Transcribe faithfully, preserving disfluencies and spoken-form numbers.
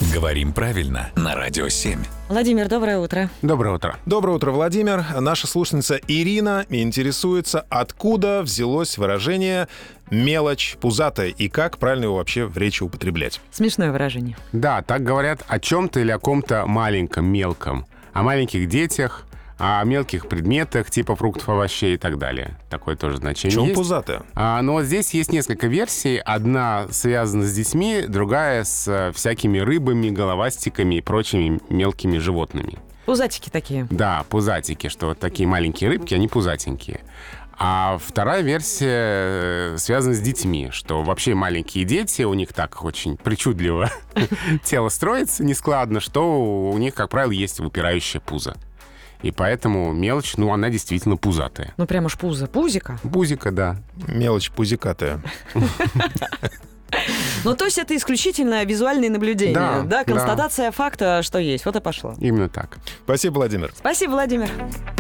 Говорим правильно на Радио семь. Владимир, доброе утро. Доброе утро. Доброе утро, Владимир. Наша слушательница Ирина интересуется, откуда взялось выражение «мелочь пузатая» и как правильно его вообще в речи употреблять. Смешное выражение. Да, так говорят о чем-то или о ком-то маленьком, мелком. О маленьких детях, о мелких предметах, типа фруктов, овощей и так далее. Такое тоже значение Чем есть. пузатая? А, но вот здесь есть несколько версий. Одна связана с детьми, другая с всякими рыбами, головастиками и прочими мелкими животными. Пузатики такие. Да, пузатики, что вот такие маленькие рыбки, они пузатенькие. А вторая версия связана с детьми, что вообще маленькие дети, у них так очень причудливо тело строится, нескладно, что у них, как правило, есть выпирающее пузо. И поэтому мелочь, ну, она действительно пузатая. Ну, прям уж пузо. Пузика. Пузика, да. Мелочь пузикатая. Ну, то есть это исключительно визуальные наблюдения. Да, Да, да. констатация факта, что есть. Вот и пошло. Именно так. Спасибо, Владимир. Спасибо, Владимир.